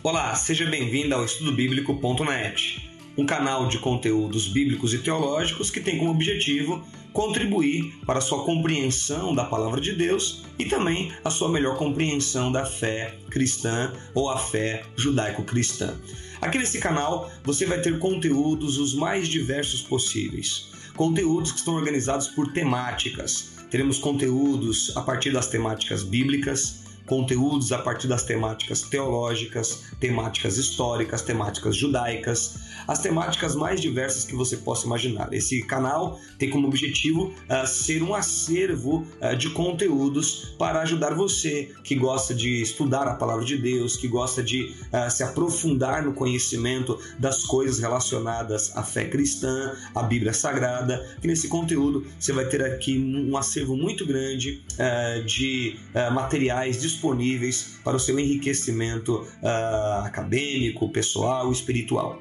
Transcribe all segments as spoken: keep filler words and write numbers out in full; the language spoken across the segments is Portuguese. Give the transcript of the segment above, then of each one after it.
Olá, seja bem-vindo ao estudo bíblico ponto net, um canal de conteúdos bíblicos e teológicos que tem como objetivo contribuir para a sua compreensão da palavra de Deus e também a sua melhor compreensão da fé cristã ou a fé judaico-cristã. Aqui nesse canal você vai ter conteúdos os mais diversos possíveis, conteúdos que estão organizados por temáticas. Teremos conteúdos a partir das temáticas bíblicas, conteúdos a partir das temáticas teológicas, temáticas históricas, temáticas judaicas, as temáticas mais diversas que você possa imaginar. Esse canal tem como objetivo uh, ser um acervo uh, de conteúdos para ajudar você que gosta de estudar a palavra de Deus, que gosta de uh, se aprofundar no conhecimento das coisas relacionadas à fé cristã, à Bíblia Sagrada. E nesse conteúdo você vai ter aqui um acervo muito grande uh, de uh, materiais disponíveis disponíveis para o seu enriquecimento uh, acadêmico, pessoal e espiritual.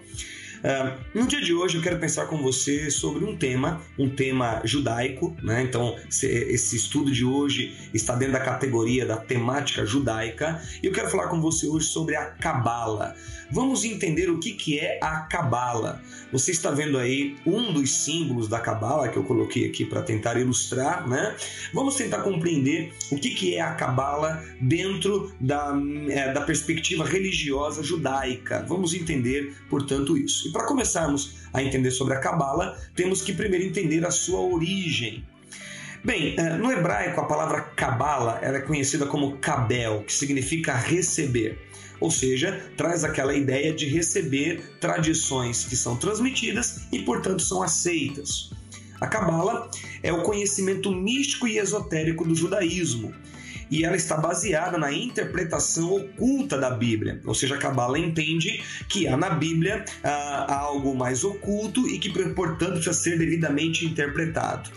Uh, no dia de hoje eu quero pensar com você sobre um tema, um tema judaico, né? Então esse estudo de hoje está dentro da categoria da temática judaica e eu quero falar com você hoje sobre a Cabala. Vamos entender o que, que é a Cabala. Você está vendo aí um dos símbolos da Cabala que eu coloquei aqui para tentar ilustrar, né? Vamos tentar compreender o que, que é a Cabala dentro da, é, da perspectiva religiosa judaica. Vamos entender, portanto, isso. E para começarmos a entender sobre a Cabala, temos que primeiro entender a sua origem. Bem, no hebraico a palavra Cabala ela é conhecida como Kabel, que significa receber. Ou seja, traz aquela ideia de receber tradições que são transmitidas e, portanto, são aceitas. A Cabala é o conhecimento místico e esotérico do judaísmo e ela está baseada na interpretação oculta da Bíblia. Ou seja, a Cabala entende que há na Bíblia ah, algo mais oculto e que, portanto, precisa ser devidamente interpretado.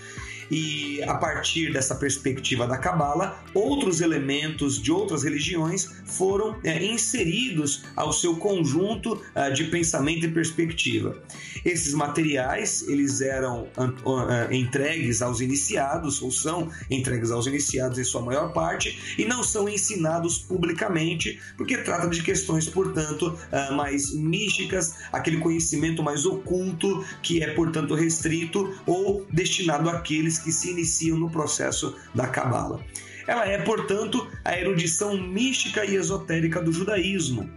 E a partir dessa perspectiva da Cabala, outros elementos de outras religiões foram é, inseridos ao seu conjunto uh, de pensamento e perspectiva. Esses materiais eles eram uh, entregues aos iniciados, ou são entregues aos iniciados em sua maior parte, e não são ensinados publicamente, porque trata de questões, portanto, uh, mais místicas, aquele conhecimento mais oculto, que é, portanto, restrito ou destinado àqueles que se iniciam no processo da Cabala. Ela é, portanto, a erudição mística e esotérica do judaísmo,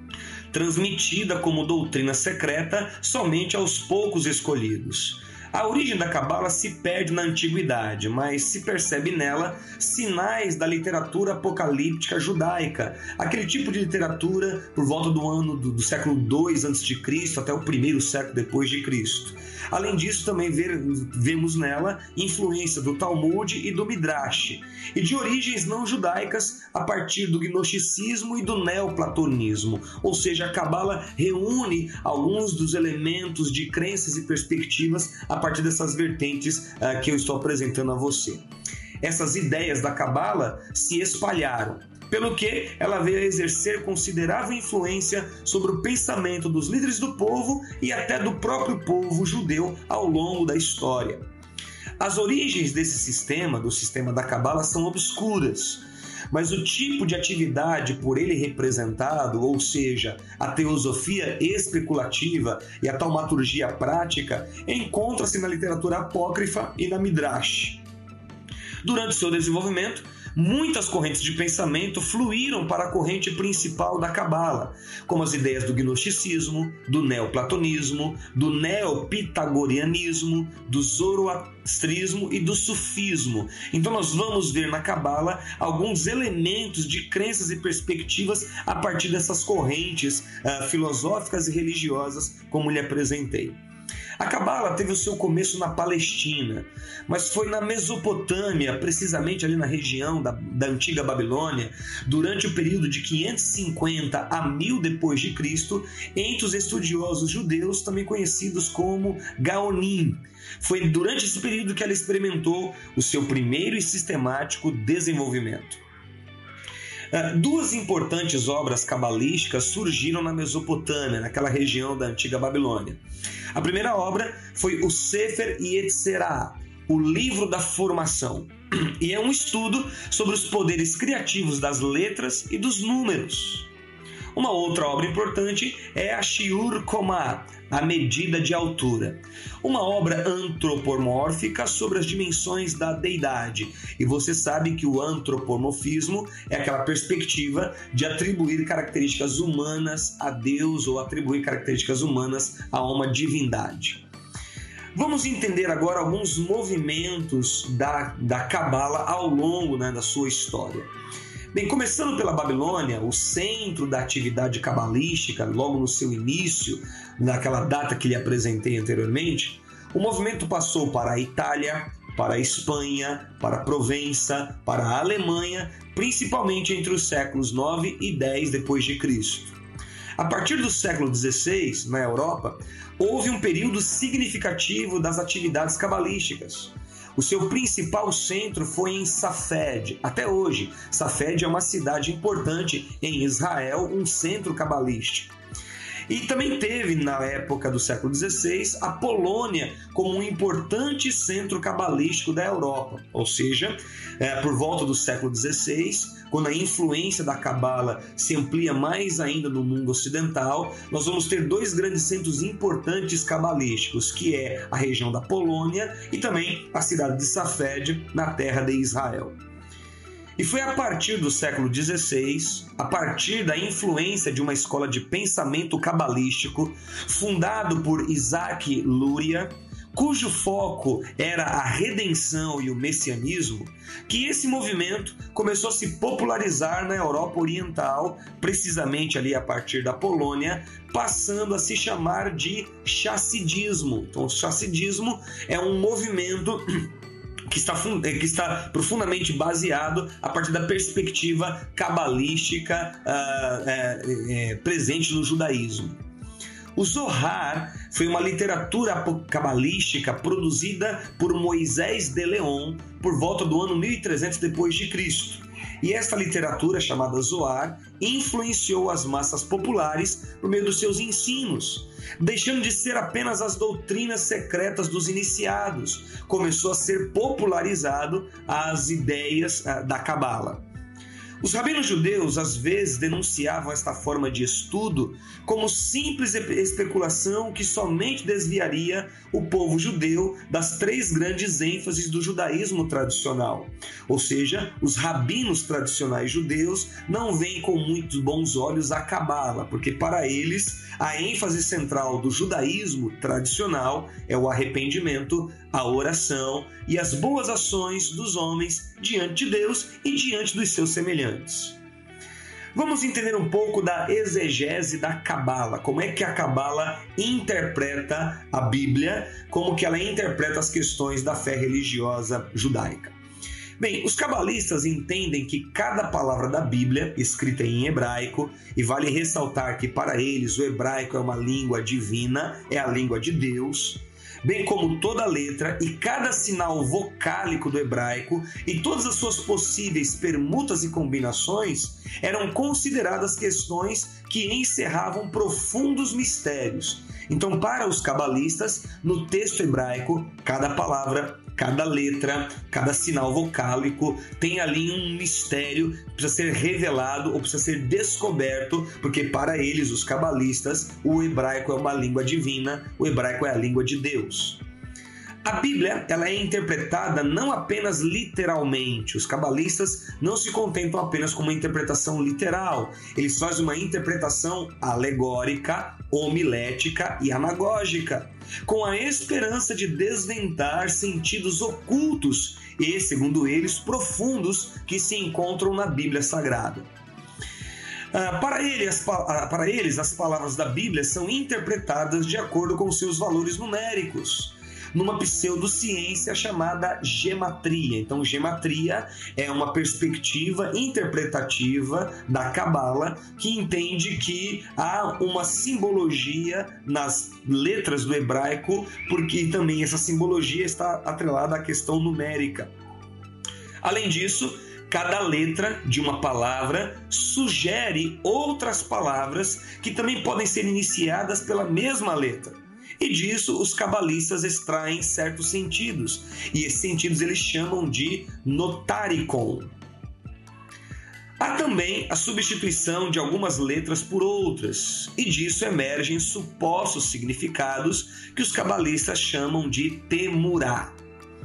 transmitida como doutrina secreta somente aos poucos escolhidos. A origem da Cabala se perde na antiguidade, mas se percebe nela sinais da literatura apocalíptica judaica, aquele tipo de literatura por volta do ano do, do século dois antes de Cristo até o primeiro século depois de Cristo. Além disso, também ver, vemos nela influência do Talmud e do Midrash, e de origens não judaicas a partir do gnosticismo e do neoplatonismo, ou seja, a Cabala reúne alguns dos elementos de crenças e perspectivas a partir dessas vertentes uh, que eu estou apresentando a você. Essas ideias da Cabala se espalharam, pelo que ela veio a exercer considerável influência sobre o pensamento dos líderes do povo e até do próprio povo judeu ao longo da história. As origens desse sistema, do sistema da Cabala, são obscuras, mas o tipo de atividade por ele representado, ou seja, a teosofia especulativa e a taumaturgia prática, encontra-se na literatura apócrifa e na Midrash. Durante seu desenvolvimento, muitas correntes de pensamento fluíram para a corrente principal da Cabala, como as ideias do gnosticismo, do neoplatonismo, do neopitagorianismo, do zoroastrismo e do sufismo. Então nós vamos ver na Cabala alguns elementos de crenças e perspectivas a partir dessas correntes uh, filosóficas e religiosas, como lhe apresentei. A Cabala teve o seu começo na Palestina, mas foi na Mesopotâmia, precisamente ali na região da, da antiga Babilônia, durante o período de quinhentos e cinquenta a mil depois de Cristo, entre os estudiosos judeus, também conhecidos como Gaonim. Foi durante esse período que ela experimentou o seu primeiro e sistemático desenvolvimento. Duas importantes obras cabalísticas surgiram na Mesopotâmia, naquela região da antiga Babilônia. A primeira obra foi o Sefer Yetzirah, o livro da formação, e é um estudo sobre os poderes criativos das letras e dos números. Uma outra obra importante é a Shiur Komah, a medida de altura, uma obra antropomórfica sobre as dimensões da deidade. E você sabe que o antropomorfismo é aquela perspectiva de atribuir características humanas a Deus ou atribuir características humanas a uma divindade. Vamos entender agora alguns movimentos da, da Cabala ao longo, né, da sua história. Bem, começando pela Babilônia, o centro da atividade cabalística, logo no seu início, naquela data que lhe apresentei anteriormente, o movimento passou para a Itália, para a Espanha, para a Provença, para a Alemanha, principalmente entre os séculos nove e dez depois de Cristo. A partir do século dezesseis, na Europa, houve um período significativo das atividades cabalísticas. O seu principal centro foi em Safed. Até hoje, Safed é uma cidade importante em Israel, um centro cabalístico. E também teve, na época do século dezesseis, a Polônia como um importante centro cabalístico da Europa. Ou seja, é, por volta do século dezesseis, quando a influência da Cabala se amplia mais ainda no mundo ocidental, nós vamos ter dois grandes centros importantes cabalísticos, que é a região da Polônia e também a cidade de Safed, na terra de Israel. E foi a partir do século dezesseis, a partir da influência de uma escola de pensamento cabalístico, fundado por Isaac Luria, cujo foco era a redenção e o messianismo, que esse movimento começou a se popularizar na Europa Oriental, precisamente ali a partir da Polônia, passando a se chamar de chassidismo. Então, o chassidismo é um movimento que está, que está profundamente baseado a partir da perspectiva cabalística uh, é, é, presente no judaísmo. O Zohar foi uma literatura cabalística produzida por Moisés de Leon por volta do ano mil e trezentos depois de Cristo. E esta literatura, chamada Zohar, influenciou as massas populares por meio dos seus ensinos, deixando de ser apenas as doutrinas secretas dos iniciados. Começou a ser popularizado as ideias da Cabala. Os rabinos judeus às vezes denunciavam esta forma de estudo como simples especulação que somente desviaria o povo judeu das três grandes ênfases do judaísmo tradicional. Ou seja, os rabinos tradicionais judeus não veem com muitos bons olhos a Cabala, porque para eles a ênfase central do judaísmo tradicional é o arrependimento, a oração e as boas ações dos homens diante de Deus e diante dos seus semelhantes. Vamos entender um pouco da exegese da Cabala, como é que a Cabala interpreta a Bíblia, como que ela interpreta as questões da fé religiosa judaica. Bem, os cabalistas entendem que cada palavra da Bíblia, escrita em hebraico, e vale ressaltar que para eles o hebraico é uma língua divina, é a língua de Deus, bem como toda letra e cada sinal vocálico do hebraico e todas as suas possíveis permutas e combinações eram consideradas questões que encerravam profundos mistérios. Então, para os cabalistas, no texto hebraico, cada palavra, cada letra, cada sinal vocálico tem ali um mistério que precisa ser revelado ou precisa ser descoberto, porque para eles, os cabalistas, o hebraico é uma língua divina, o hebraico é a língua de Deus. A Bíblia ela é interpretada não apenas literalmente. Os cabalistas não se contentam apenas com uma interpretação literal. Eles fazem uma interpretação alegórica, homilética e anagógica, com a esperança de desvendar sentidos ocultos e, segundo eles, profundos que se encontram na Bíblia Sagrada. Uh, para, ele, as, uh, para eles, as palavras da Bíblia são interpretadas de acordo com seus valores numéricos, numa pseudociência chamada gematria. Então, gematria é uma perspectiva interpretativa da Cabala que entende que há uma simbologia nas letras do hebraico, porque também essa simbologia está atrelada à questão numérica. Além disso, cada letra de uma palavra sugere outras palavras que também podem ser iniciadas pela mesma letra. E disso os cabalistas extraem certos sentidos, e esses sentidos eles chamam de notaricon. Há também a substituição de algumas letras por outras, e disso emergem supostos significados que os cabalistas chamam de temurá.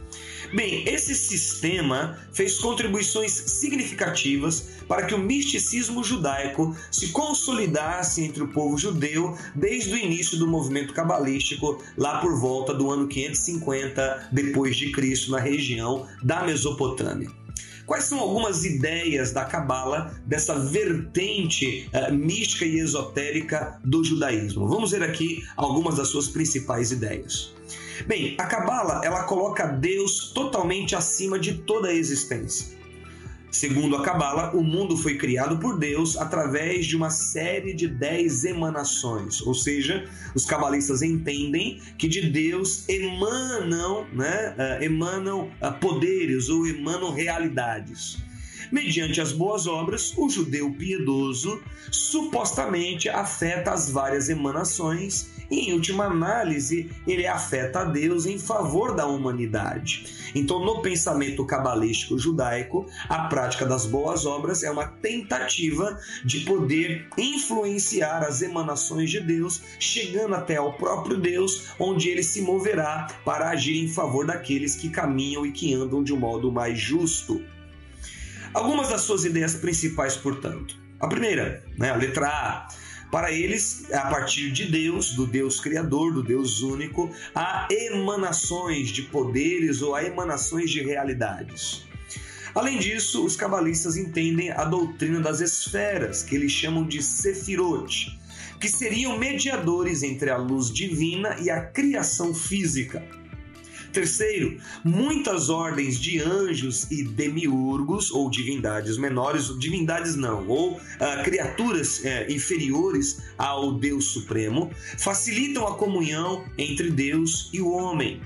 Bem, esse sistema fez contribuições significativas para que o misticismo judaico se consolidasse entre o povo judeu desde o início do movimento cabalístico, lá por volta do ano quinhentos e cinquenta depois de Cristo, na região da Mesopotâmia. Quais são algumas ideias da Cabala, dessa vertente uh, mística e esotérica do judaísmo? Vamos ver aqui algumas das suas principais ideias. Bem, a Cabala, ela coloca Deus totalmente acima de toda a existência. Segundo a Cabala, o mundo foi criado por Deus através de uma série de dez emanações, ou seja, os cabalistas entendem que de Deus emanam, né, uh, emanam uh, poderes ou emanam realidades. Mediante as boas obras, o judeu piedoso supostamente afeta as várias emanações e, em última análise, ele afeta a Deus em favor da humanidade. Então, no pensamento cabalístico judaico, a prática das boas obras é uma tentativa de poder influenciar as emanações de Deus, chegando até ao próprio Deus, onde ele se moverá para agir em favor daqueles que caminham e que andam de um modo mais justo. Algumas das suas ideias principais, portanto. A primeira, né, a letra A. Para eles, a partir de Deus, do Deus Criador, do Deus único, há emanações de poderes ou há emanações de realidades. Além disso, os cabalistas entendem a doutrina das esferas, que eles chamam de Sefirot, que seriam mediadores entre a luz divina e a criação física. Terceiro, muitas ordens de anjos e demiurgos, ou divindades menores, divindades não, ou uh, criaturas uh, inferiores ao Deus Supremo, facilitam a comunhão entre Deus e o homem.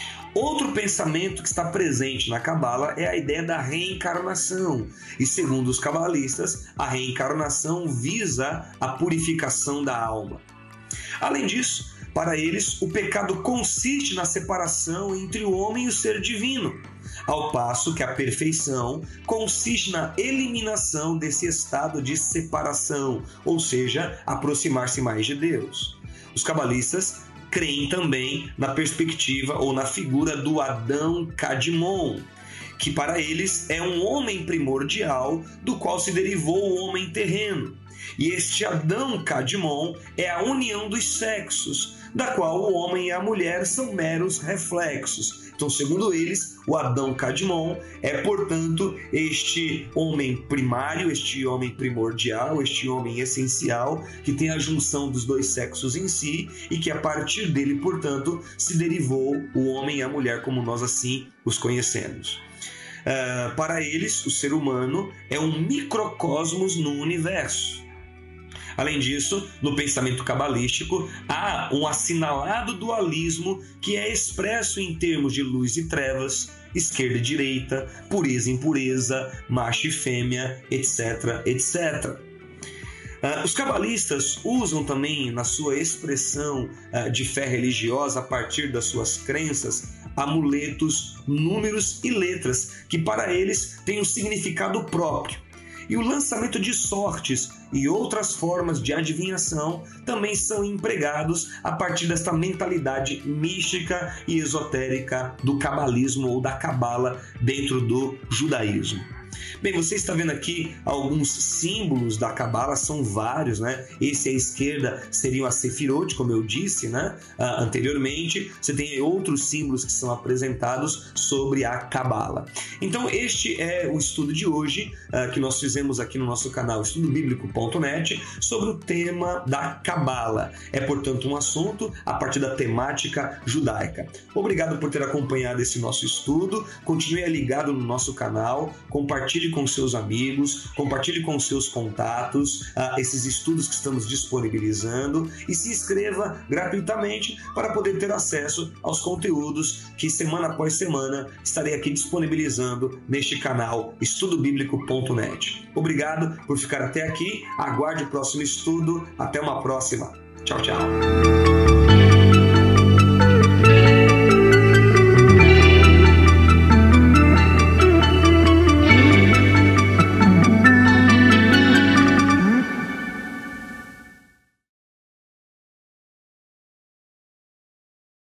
Outro pensamento que está presente na Cabala é a ideia da reencarnação. E segundo os cabalistas, a reencarnação visa a purificação da alma. Além disso, para eles, o pecado consiste na separação entre o homem e o ser divino, ao passo que a perfeição consiste na eliminação desse estado de separação, ou seja, aproximar-se mais de Deus. Os cabalistas creem também na perspectiva ou na figura do Adão Kadmon, que para eles é um homem primordial do qual se derivou o homem terreno. E este Adão Kadmon é a união dos sexos, da qual o homem e a mulher são meros reflexos. Então, segundo eles, o Adão Kadmon é, portanto, este homem primário, este homem primordial, este homem essencial, que tem a junção dos dois sexos em si e que a partir dele, portanto, se derivou o homem e a mulher como nós assim os conhecemos. Uh, para eles, o ser humano é um microcosmos no universo. Além disso, no pensamento cabalístico, há um assinalado dualismo que é expresso em termos de luz e trevas, esquerda e direita, pureza e impureza, macho e fêmea, etc, etcétera. Uh, os cabalistas usam também, na sua expressão uh, de fé religiosa, a partir das suas crenças, amuletos, números e letras, que para eles têm um significado próprio. E o lançamento de sortes e outras formas de adivinhação também são empregados a partir desta mentalidade mística e esotérica do cabalismo ou da cabala dentro do judaísmo. Bem, você está vendo aqui alguns símbolos da Cabala, são vários, né? Esse à esquerda seriam as Sefirot, como eu disse, né? Uh, anteriormente. Você tem outros símbolos que são apresentados sobre a Cabala. Então, este é o estudo de hoje uh, que nós fizemos aqui no nosso canal estudo bíblico ponto net sobre o tema da Cabala. É, portanto, um assunto a partir da temática judaica. Obrigado por ter acompanhado esse nosso estudo. Continue ligado no nosso canal, compartilhe com seus amigos, compartilhe com seus contatos uh, esses estudos que estamos disponibilizando e se inscreva gratuitamente para poder ter acesso aos conteúdos que semana após semana estarei aqui disponibilizando neste canal estudo bíblico ponto net. Obrigado por ficar até aqui, aguarde o próximo estudo, até uma próxima. Tchau, tchau.